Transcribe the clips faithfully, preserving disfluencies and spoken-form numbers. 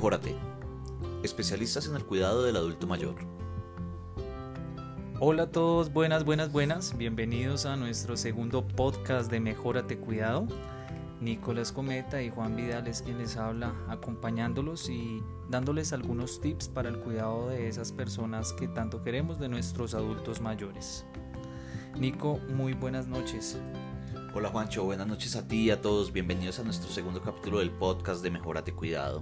Mejórate, especialistas en el cuidado del adulto mayor. Hola a todos, buenas, buenas, buenas. Bienvenidos a nuestro segundo podcast de Mejórate Cuidado. Nicolás Cometa y Juan Vidal es quien les habla, acompañándolos y dándoles algunos tips para el cuidado de esas personas que tanto queremos, de nuestros adultos mayores. Nico, muy buenas noches. Hola Juancho, buenas noches a ti y a todos. Bienvenidos a nuestro segundo capítulo del podcast de Mejórate Cuidado.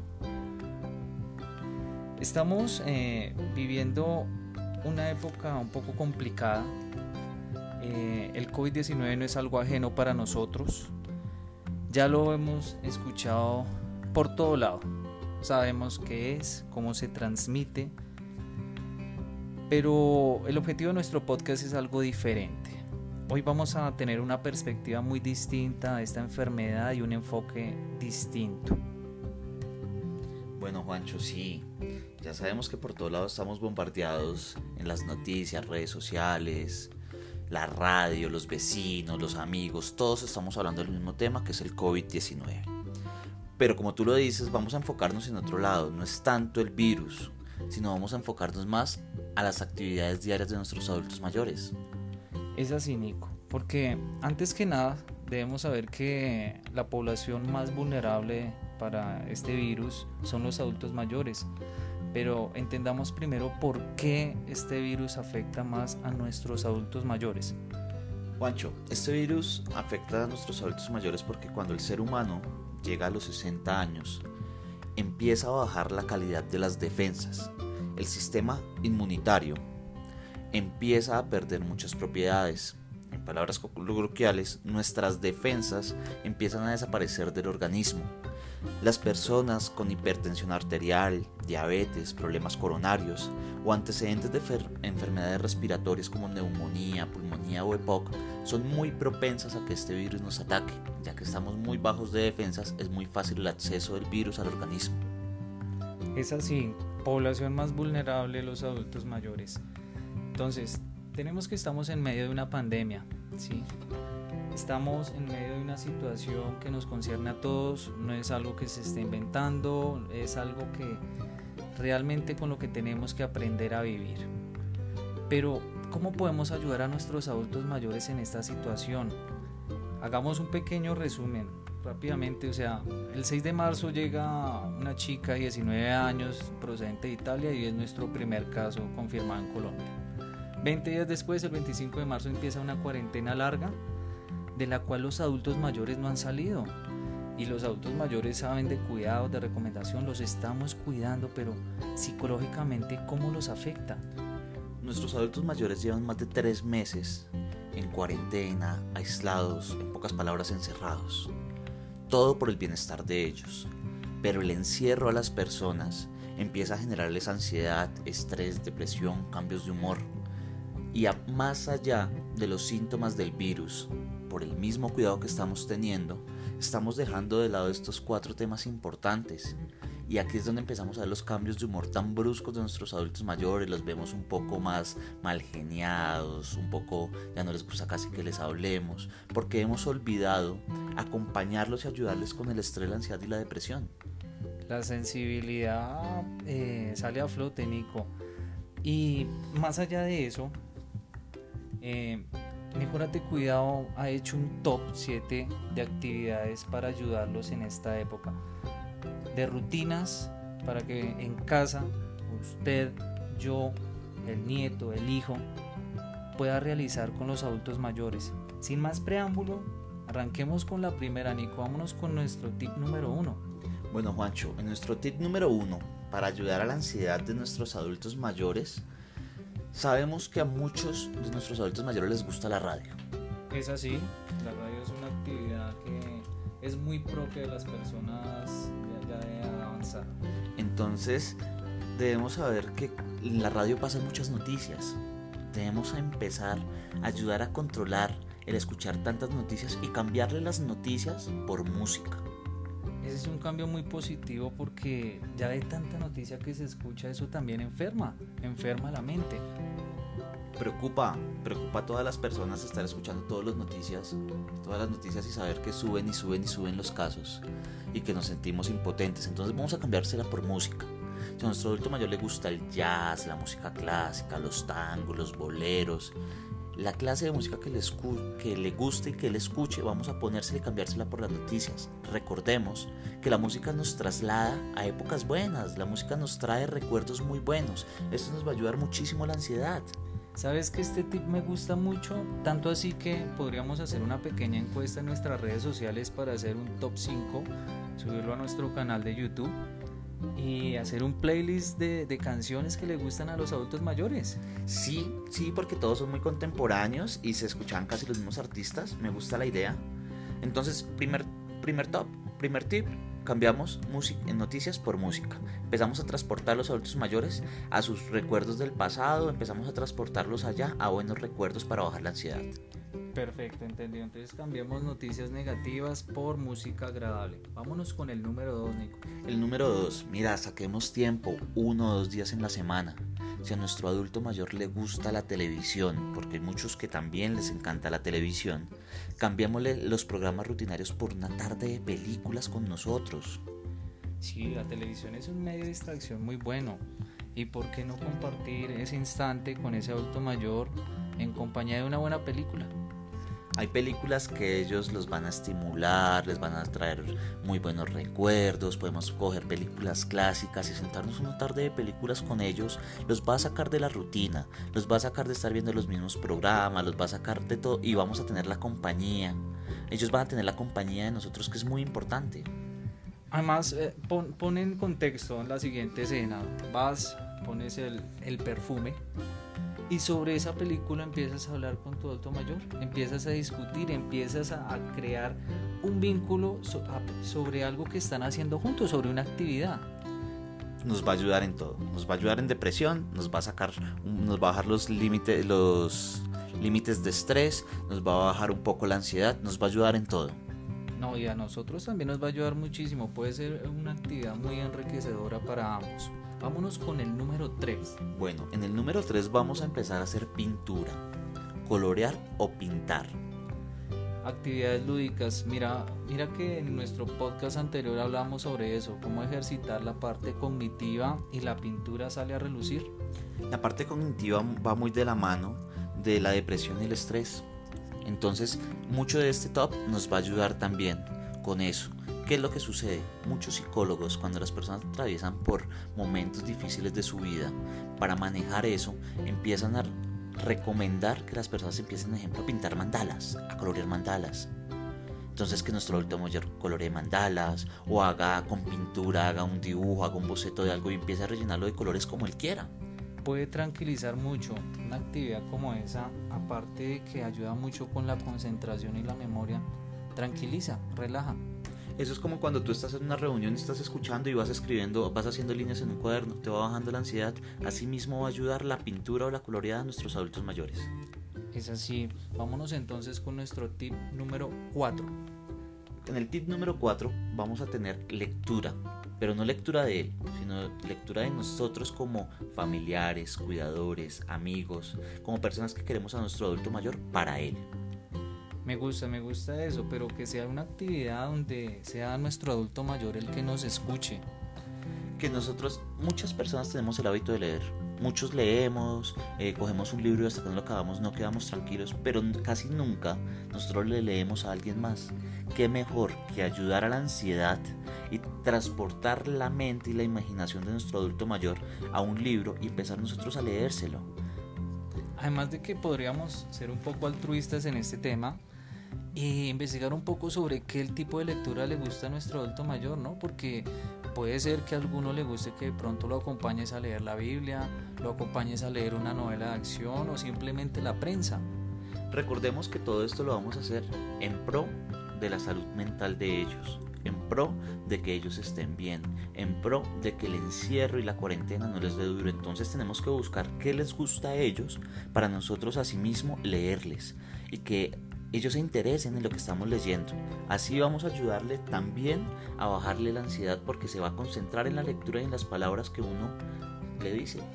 Estamos eh, viviendo una época un poco complicada. Eh, el covid diecinueve no es algo ajeno para nosotros. Ya lo hemos escuchado por todo lado. Sabemos qué es, cómo se transmite. Pero el objetivo de nuestro podcast es algo diferente. Hoy vamos a tener una perspectiva muy distinta de esta enfermedad y un enfoque distinto. Bueno, Juancho, sí, ya sabemos que por todos lados estamos bombardeados en las noticias, redes sociales, la radio, los vecinos, los amigos, todos estamos hablando del mismo tema, que es el covid diecinueve. Pero como tú lo dices, vamos a enfocarnos en otro lado. No es tanto el virus, sino vamos a enfocarnos más a las actividades diarias de nuestros adultos mayores. Es así, Nico, porque antes que nada debemos saber que la población más vulnerable para este virus son los adultos mayores. Pero entendamos primero por qué este virus afecta más a nuestros adultos mayores. Juancho, este virus afecta a nuestros adultos mayores porque cuando el ser humano llega a los sesenta años, empieza a bajar la calidad de las defensas. El sistema inmunitario empieza a perder muchas propiedades. En palabras coloquiales, nuestras defensas empiezan a desaparecer del organismo. Las personas con hipertensión arterial, diabetes, problemas coronarios o antecedentes de fer- enfermedades respiratorias como neumonía, pulmonía o E P O C son muy propensas a que este virus nos ataque. Ya que estamos muy bajos de defensas, es muy fácil el acceso del virus al organismo. Es así, población más vulnerable, los adultos mayores. Entonces, tenemos que estamos en medio de una pandemia, ¿sí? Estamos en medio de una situación que nos concierne a todos, no es algo que se esté inventando, es algo que realmente con lo que tenemos que aprender a vivir. Pero, ¿cómo podemos ayudar a nuestros adultos mayores en esta situación? Hagamos un pequeño resumen, rápidamente. O sea, el seis de marzo llega una chica de diecinueve años procedente de Italia y es nuestro primer caso confirmado en Colombia. veinte días después, el veinticinco de marzo, empieza una cuarentena larga de la cual los adultos mayores no han salido. Y los adultos mayores saben de cuidados, de recomendación, los estamos cuidando, pero psicológicamente, ¿cómo los afecta? Nuestros adultos mayores llevan más de tres meses en cuarentena, aislados, en pocas palabras encerrados. Todo por el bienestar de ellos. Pero el encierro a las personas empieza a generarles ansiedad, estrés, depresión, cambios de humor. Y a, más allá de los síntomas del virus, por el mismo cuidado que estamos teniendo, estamos dejando de lado estos cuatro temas importantes. Y aquí es donde empezamos a ver los cambios de humor tan bruscos de nuestros adultos mayores. Los vemos un poco más mal geniados, un poco ya no les gusta casi que les hablemos, porque hemos olvidado acompañarlos y ayudarles con el estrés, la ansiedad y la depresión. La sensibilidad eh, sale a flote, Nico. Y más allá de eso, eh, Mejórate Cuidado ha hecho un top siete de actividades para ayudarlos en esta época, de rutinas para que en casa usted, yo, el nieto, el hijo pueda realizar con los adultos mayores. Sin más preámbulo, arranquemos con la primera, Nico. Vámonos con nuestro tip número uno. Bueno, Juancho, en nuestro tip número uno para ayudar a la ansiedad de nuestros adultos mayores, sabemos que a muchos de nuestros adultos mayores les gusta la radio. Es así, la radio es una actividad que es muy propia de las personas ya de edad avanzada. Entonces, debemos saber que en la radio pasan muchas noticias. Debemos empezar a ayudar a controlar el escuchar tantas noticias y cambiarle las noticias por música. Ese es un cambio muy positivo porque ya de tanta noticia que se escucha, eso también enferma, enferma la mente. Preocupa, preocupa a todas las personas estar escuchando todas las noticias, todas las noticias y saber que suben y suben y suben los casos y que nos sentimos impotentes. Entonces vamos a cambiársela por música. Si a nuestro adulto mayor le gusta el jazz, la música clásica, los tangos, los boleros, la clase de música que le, escu- que le guste y que él escuche, vamos a ponérsela y cambiársela por las noticias. Recordemos que la música nos traslada a épocas buenas, la música nos trae recuerdos muy buenos. Esto nos va a ayudar muchísimo a la ansiedad. ¿Sabes que este tip me gusta mucho? Tanto así que podríamos hacer una pequeña encuesta en nuestras redes sociales para hacer un top cinco, subirlo a nuestro canal de YouTube y hacer un playlist de, de canciones que le gustan a los adultos mayores. Sí, sí, porque todos son muy contemporáneos y se escuchan casi los mismos artistas. Me gusta la idea. Entonces, primer, primer top, primer tip, cambiamos música, en noticias por música. Empezamos a transportar a los adultos mayores a sus recuerdos del pasado, empezamos a transportarlos allá a buenos recuerdos para bajar la ansiedad. Perfecto, entendido. Entonces cambiamos noticias negativas por música agradable. Vámonos con el número dos, Nico. El número dos, mira, saquemos tiempo, uno o dos días en la semana. Si a nuestro adulto mayor le gusta la televisión, porque hay muchos que también les encanta la televisión, cambiémosle los programas rutinarios por una tarde de películas con nosotros. Sí, la televisión es un medio de distracción muy bueno. ¿Y por qué no compartir ese instante con ese adulto mayor en compañía de una buena película? Hay películas que ellos los van a estimular, les van a traer muy buenos recuerdos. Podemos coger películas clásicas y sentarnos una tarde de películas con ellos. Los va a sacar de la rutina, los va a sacar de estar viendo los mismos programas, los va a sacar de todo y vamos a tener la compañía. Ellos van a tener la compañía de nosotros, que es muy importante. Además, eh, pon, pon en contexto en la siguiente escena. Vas, pones el, el perfume y sobre esa película empiezas a hablar con tu adulto mayor, empiezas a discutir, empiezas a, a crear un vínculo so, a, sobre algo que están haciendo juntos, sobre una actividad. Nos va a ayudar en todo, nos va a ayudar en depresión, nos va a sacar, nos va a bajar los límites, los límites de estrés, nos va a bajar un poco la ansiedad, nos va a ayudar en todo. No, y a nosotros también nos va a ayudar muchísimo, puede ser una actividad muy enriquecedora para ambos. Vámonos con el número tres. Bueno, en el número tres vamos a empezar a hacer pintura, colorear o pintar. Actividades lúdicas. Mira, mira que en nuestro podcast anterior hablamos sobre eso, cómo ejercitar la parte cognitiva y la pintura sale a relucir. La parte cognitiva va muy de la mano de la depresión y el estrés. Entonces, mucho de este top nos va a ayudar también con eso. ¿Qué es lo que sucede? Muchos psicólogos, cuando las personas atraviesan por momentos difíciles de su vida, para manejar eso, empiezan a recomendar que las personas empiecen, por ejemplo, a pintar mandalas, a colorear mandalas. Entonces, que nuestro adulto mayor coloree mandalas, o haga con pintura, haga un dibujo, haga un boceto de algo y empiece a rellenarlo de colores como él quiera. Puede tranquilizar mucho. Una actividad como esa, aparte de que ayuda mucho con la concentración y la memoria, tranquiliza, relaja. Eso es como cuando tú estás en una reunión y estás escuchando y vas escribiendo, vas haciendo líneas en un cuaderno, te va bajando la ansiedad. Así mismo va a ayudar la pintura o la coloreada a nuestros adultos mayores. Es así. Vámonos entonces con nuestro tip número cuatro. En el tip número cuatro vamos a tener lectura, pero no lectura de él, sino lectura de nosotros como familiares, cuidadores, amigos, como personas que queremos a nuestro adulto mayor para él. Me gusta, me gusta eso, pero que sea una actividad donde sea nuestro adulto mayor el que nos escuche. Que nosotros, muchas personas tenemos el hábito de leer. Muchos leemos, eh, cogemos un libro y hasta que no lo acabamos no quedamos tranquilos, pero casi nunca nosotros le leemos a alguien más. Qué mejor que ayudar a la ansiedad y transportar la mente y la imaginación de nuestro adulto mayor a un libro y empezar nosotros a leérselo. Además de que podríamos ser un poco altruistas en este tema e investigar un poco sobre qué el tipo de lectura le gusta a nuestro adulto mayor, ¿no? Porque puede ser que a alguno le guste que de pronto lo acompañes a leer la Biblia, lo acompañes a leer una novela de acción o simplemente la prensa. Recordemos que todo esto lo vamos a hacer en pro de la salud mental de ellos, en pro de que ellos estén bien, en pro de que el encierro y la cuarentena no les dé duro. Entonces tenemos que buscar qué les gusta a ellos para nosotros asimismo leerles y que ellos se interesen en lo que estamos leyendo. Así vamos a ayudarle también a bajarle la ansiedad porque se va a concentrar en la lectura y en las palabras que uno le dice.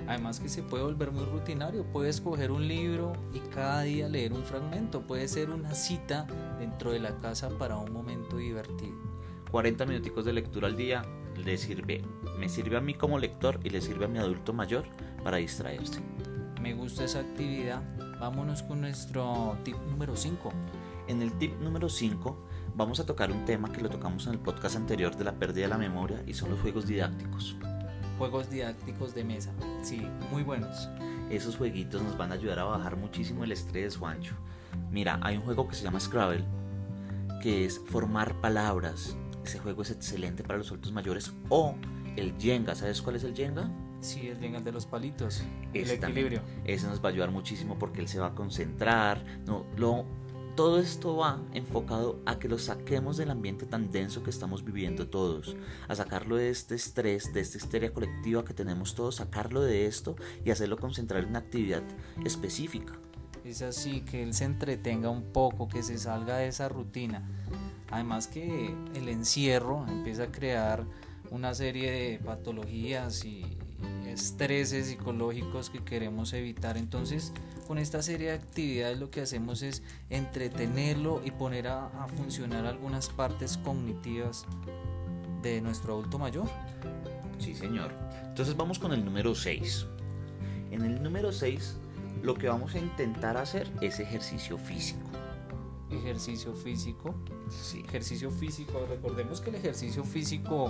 Además que se puede volver muy rutinario, puedes coger un libro y cada día leer un fragmento, puede ser una cita dentro de la casa para un momento divertido. cuarenta minuticos de lectura al día le sirve, me sirve a mí como lector y le sirve a mi adulto mayor para distraerse. Me gusta esa actividad. Vámonos con nuestro tip número cinco. En el tip número cinco vamos a tocar un tema que lo tocamos en el podcast anterior de la pérdida de la memoria y son los juegos didácticos. Juegos didácticos de mesa, sí, muy buenos. Esos jueguitos nos van a ayudar a bajar muchísimo el estrés, Juancho. Mira, hay un juego que se llama Scrabble, que es formar palabras. Ese juego es excelente para los adultos mayores. O el Jenga, ¿sabes cuál es el Jenga? Sí, el Jenga de los palitos, ese el equilibrio. También, ese nos va a ayudar muchísimo porque él se va a concentrar. No, lo, todo esto va enfocado a que lo saquemos del ambiente tan denso que estamos viviendo todos, a sacarlo de este estrés, de esta histeria colectiva que tenemos todos, sacarlo de esto y hacerlo concentrar en una actividad específica. Es así, que él se entretenga un poco, que se salga de esa rutina. Además que el encierro empieza a crear una serie de patologías y estreses psicológicos que queremos evitar. Entonces, con esta serie de actividades lo que hacemos es entretenerlo y poner a, a funcionar algunas partes cognitivas de nuestro adulto mayor. Sí, señor. Entonces vamos con el número seis. En el número seis lo que vamos a intentar hacer es ejercicio físico. Ejercicio físico. Sí. Ejercicio físico. Recordemos que el ejercicio físico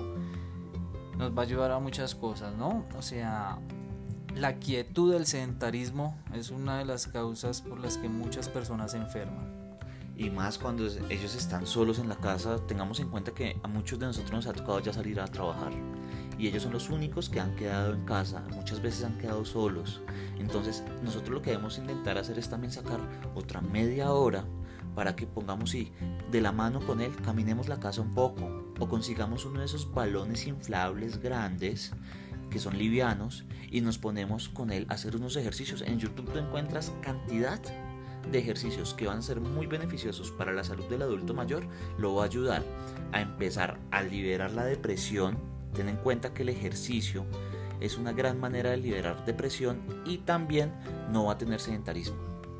nos va a ayudar a muchas cosas, ¿no? O sea, la quietud del sedentarismo es una de las causas por las que muchas personas se enferman. Y más cuando ellos están solos en la casa, tengamos en cuenta que a muchos de nosotros nos ha tocado ya salir a trabajar y ellos son los únicos que han quedado en casa, muchas veces han quedado solos. Entonces nosotros lo que debemos intentar hacer es también sacar otra media hora para que pongamos y de la mano con él caminemos la casa un poco o consigamos uno de esos balones inflables grandes que son livianos y nos ponemos con él a hacer unos ejercicios. En YouTube tú encuentras cantidad de ejercicios que van a ser muy beneficiosos para la salud del adulto mayor. Lo va a ayudar a empezar a liberar la depresión. Ten en cuenta que el ejercicio es una gran manera de liberar depresión y también no va a tener sedentarismo.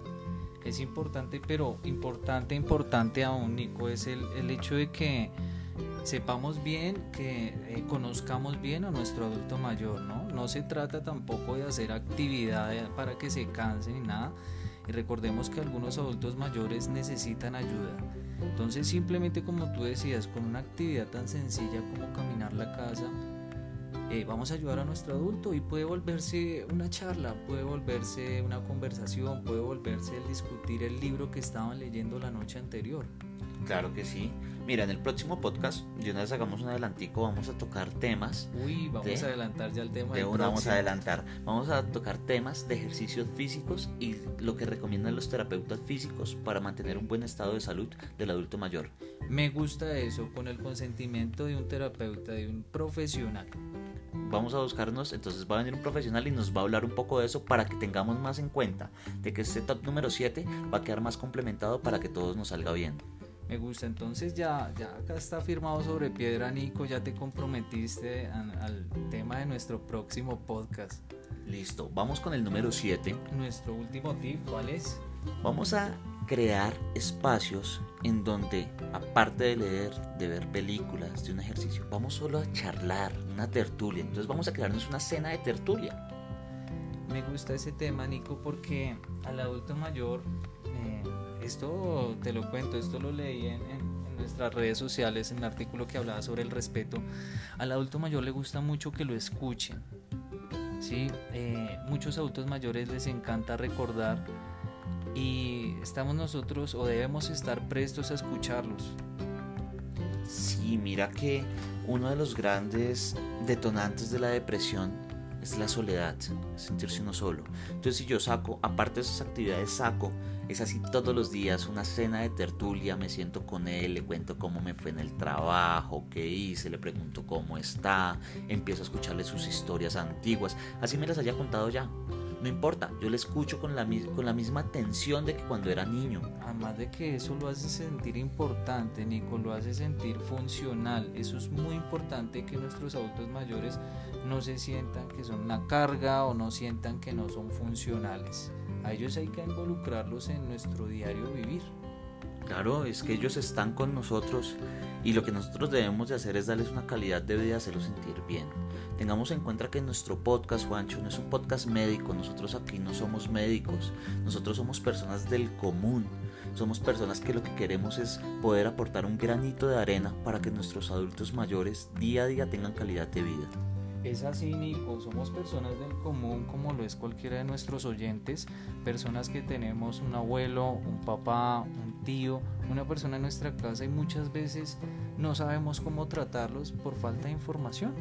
Es importante, pero importante, importante aún, Nico, es el, el hecho de que sepamos bien, que eh, conozcamos bien a nuestro adulto mayor, ¿no? No se trata tampoco de hacer actividades para que se cansen ni nada. Y recordemos que algunos adultos mayores necesitan ayuda. Entonces, simplemente como tú decías, con una actividad tan sencilla como caminar la casa, eh, vamos a ayudar a nuestro adulto y puede volverse una charla, puede volverse una conversación, puede volverse el discutir el libro que estaban leyendo la noche anterior. Claro que sí. Mira, en el próximo podcast, de una vez hagamos un adelantico, vamos a tocar temas. Uy, vamos de, a adelantar ya el tema. De una vamos a adelantar. Vamos a tocar temas de ejercicios físicos y lo que recomiendan los terapeutas físicos para mantener un buen estado de salud del adulto mayor. Me gusta eso, con el consentimiento de un terapeuta, de un profesional. Vamos a buscarnos, entonces va a venir un profesional y nos va a hablar un poco de eso para que tengamos más en cuenta de que este top número siete va a quedar más complementado para que todos nos salga bien. Me gusta, entonces ya, ya acá está firmado sobre piedra, Nico, ya te comprometiste a, al tema de nuestro próximo podcast. Listo, vamos con el número siete. Nuestro último tip, ¿cuál es? Vamos a crear espacios en donde, aparte de leer, de ver películas, de un ejercicio, vamos solo a charlar, una tertulia. Entonces vamos a crearnos una cena de tertulia. Me gusta ese tema, Nico, porque al adulto mayor, eh, esto te lo cuento, esto lo leí en, en, en nuestras redes sociales, en un artículo que hablaba sobre el respeto. Al adulto mayor le gusta mucho que lo escuchen, ¿sí? Eh, muchos adultos mayores les encanta recordar y estamos nosotros o debemos estar prestos a escucharlos. Sí, mira que uno de los grandes detonantes de la depresión es la soledad, sentirse uno solo. Entonces si yo saco, aparte de esas actividades, saco, es así todos los días, una cena de tertulia, me siento con él, le cuento cómo me fue en el trabajo, qué hice, le pregunto cómo está, empiezo a escucharle sus historias antiguas, así me las haya contado ya. no importa, yo le escucho con la, con la misma atención de que cuando era niño. Además de que eso lo hace sentir importante, Nico, lo hace sentir funcional. Eso es muy importante, que nuestros adultos mayores no se sientan que son una carga o no sientan que no son funcionales. A ellos hay que involucrarlos en nuestro diario vivir. Claro, es que ellos están con nosotros y lo que nosotros debemos de hacer es darles una calidad de vida y hacerlos sentir bien. Tengamos en cuenta que nuestro podcast, Juancho, no es un podcast médico. Nosotros aquí no somos médicos, nosotros somos personas del común. Somos personas que lo que queremos es poder aportar un granito de arena para que nuestros adultos mayores día a día tengan calidad de vida. Es así, Nico, somos personas del común, como lo es cualquiera de nuestros oyentes, personas que tenemos un abuelo, un papá, un tío, una persona en nuestra casa, y muchas veces no sabemos cómo tratarlos por falta de información.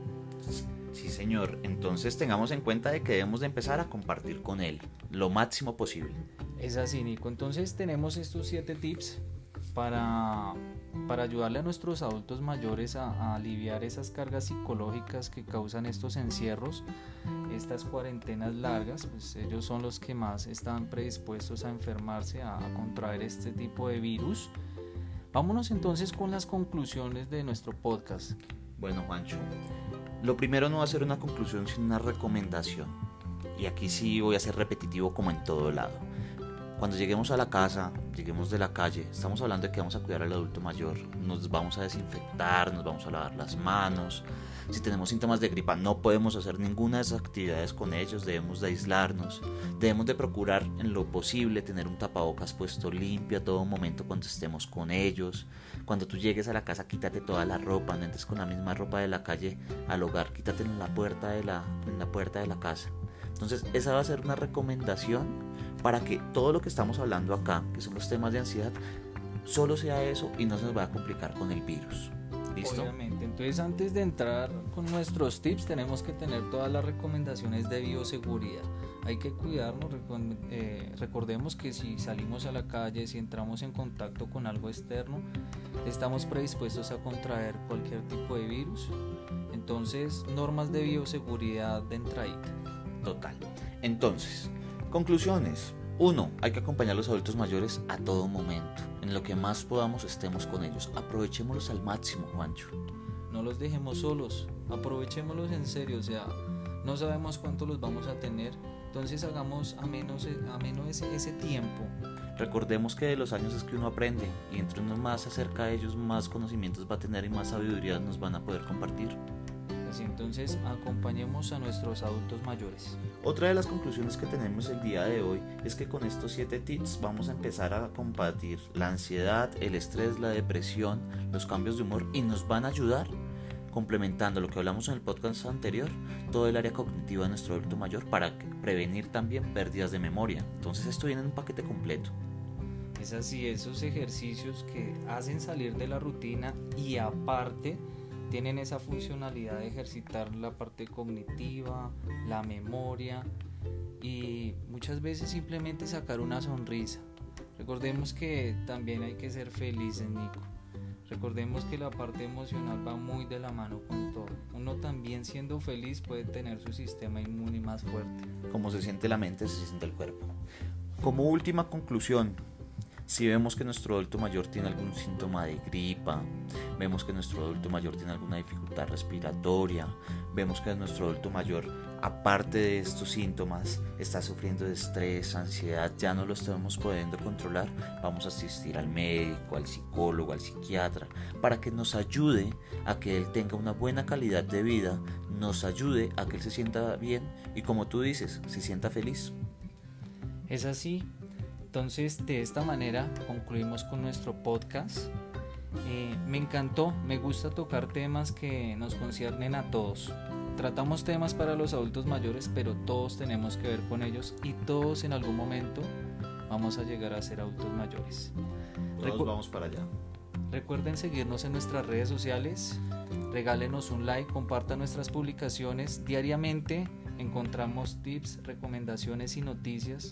Sí, señor, entonces tengamos en cuenta de que debemos de empezar a compartir con él lo máximo posible. Es así, Nico, entonces tenemos estos siete tips para... para ayudarle a nuestros adultos mayores a, a aliviar esas cargas psicológicas que causan estos encierros, estas cuarentenas largas. Pues ellos son los que más están predispuestos a enfermarse, a, a contraer este tipo de virus. Vámonos entonces con las conclusiones de nuestro podcast. Bueno, Juancho, lo primero no va a ser una conclusión sino una recomendación, y aquí sí voy a ser repetitivo como en todo lado. Cuando lleguemos a la casa, lleguemos de la calle, estamos hablando de que vamos a cuidar al adulto mayor, nos vamos a desinfectar, nos vamos a lavar las manos. Si tenemos síntomas de gripa, no podemos hacer ninguna de esas actividades con ellos, debemos de aislarnos, debemos de procurar en lo posible tener un tapabocas puesto limpio a todo momento cuando estemos con ellos. Cuando tú llegues a la casa, quítate toda la ropa, no entres con la misma ropa de la calle al hogar, quítate en la puerta de la, en la puerta de la casa. Entonces esa va a ser una recomendación para que todo lo que estamos hablando acá, que son los temas de ansiedad, solo sea eso y no se nos vaya a complicar con el virus. ¿Listo? Obviamente, entonces antes de entrar con nuestros tips tenemos que tener todas las recomendaciones de bioseguridad. Hay que cuidarnos, eh, recordemos que si salimos a la calle, si entramos en contacto con algo externo, estamos predispuestos a contraer cualquier tipo de virus. Entonces, normas de bioseguridad de entradita. Total. Entonces, conclusiones. Uno, hay que acompañar a los adultos mayores a todo momento. En lo que más podamos estemos con ellos. Aprovechémoslos al máximo, Juancho. No los dejemos solos, aprovechémoslos en serio, o sea, no sabemos cuánto los vamos a tener, entonces hagamos ameno, ameno ese, ese tiempo. Recordemos que de los años es que uno aprende, y entre uno más se acerca a ellos, más conocimientos va a tener y más sabiduría nos van a poder compartir. Así entonces acompañemos a nuestros adultos mayores. Otra de las conclusiones que tenemos el día de hoy es que con estos siete tips vamos a empezar a combatir la ansiedad, el estrés, la depresión, los cambios de humor, y nos van a ayudar, complementando lo que hablamos en el podcast anterior, todo el área cognitiva de nuestro adulto mayor para prevenir también pérdidas de memoria. Entonces esto viene en un paquete completo. Es así, esos ejercicios que hacen salir de la rutina y aparte tienen esa funcionalidad de ejercitar la parte cognitiva, la memoria y muchas veces simplemente sacar una sonrisa. Recordemos que también hay que ser felices, Nico. Recordemos que la parte emocional va muy de la mano con todo. Uno también siendo feliz puede tener su sistema inmune más fuerte. Como se siente la mente, se siente el cuerpo. Como última conclusión, si vemos que nuestro adulto mayor tiene algún síntoma de gripa, vemos que nuestro adulto mayor tiene alguna dificultad respiratoria, vemos que nuestro adulto mayor, aparte de estos síntomas, está sufriendo de estrés, ansiedad, ya no lo estamos pudiendo controlar, vamos a asistir al médico, al psicólogo, al psiquiatra, para que nos ayude a que él tenga una buena calidad de vida, nos ayude a que él se sienta bien y, como tú dices, se sienta feliz. Es así. Entonces, de esta manera concluimos con nuestro podcast. Eh, me encantó, me gusta tocar temas que nos conciernen a todos. Tratamos temas para los adultos mayores, pero todos tenemos que ver con ellos y todos en algún momento vamos a llegar a ser adultos mayores. Todos Recu- vamos para allá. Recuerden seguirnos en nuestras redes sociales, regálenos un like, compartan nuestras publicaciones. Diariamente encontramos tips, recomendaciones y noticias.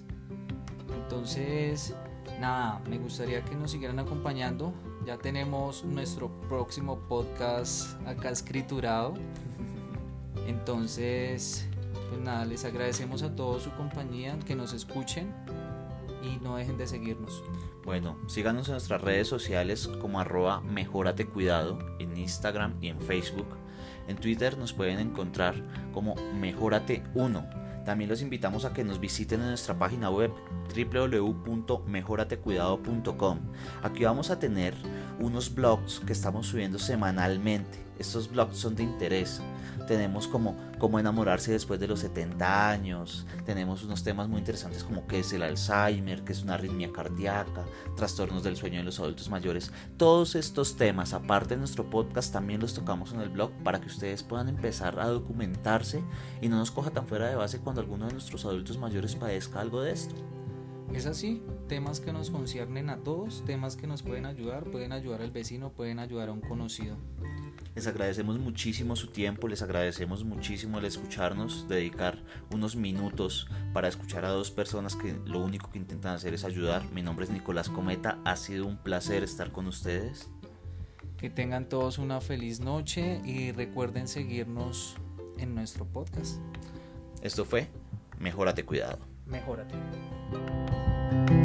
Entonces, nada, me gustaría que nos siguieran acompañando. Ya tenemos nuestro próximo podcast acá escriturado. Entonces, Pues nada, les agradecemos a todos su compañía, que nos escuchen y no dejen de seguirnos. Bueno, síganos en nuestras redes sociales como arroba mejoratecuidado en Instagram y en Facebook. En Twitter nos pueden encontrar como mejorate uno. También los invitamos a que nos visiten en nuestra página web doble u doble u doble u punto mejoratecuidado punto com. Aquí vamos a tener unos blogs que estamos subiendo semanalmente. Estos blogs son de interés. Tenemos como cómo enamorarse después de los setenta años. Tenemos unos temas muy interesantes como qué es el Alzheimer, qué es una arritmia cardíaca, trastornos del sueño en los adultos mayores. Todos estos temas, aparte de nuestro podcast, también los tocamos en el blog para que ustedes puedan empezar a documentarse y no nos coja tan fuera de base cuando alguno de nuestros adultos mayores padezca algo de esto. Es así, temas que nos conciernen a todos, temas que nos pueden ayudar, pueden ayudar al vecino, pueden ayudar a un conocido. Les agradecemos muchísimo su tiempo, les agradecemos muchísimo el escucharnos, dedicar unos minutos para escuchar a dos personas que lo único que intentan hacer es ayudar. Mi nombre es Nicolás Cometa, ha sido un placer estar con ustedes. Que tengan todos una feliz noche y recuerden seguirnos en nuestro podcast. Esto fue Mejórate Cuidado. Mejórate.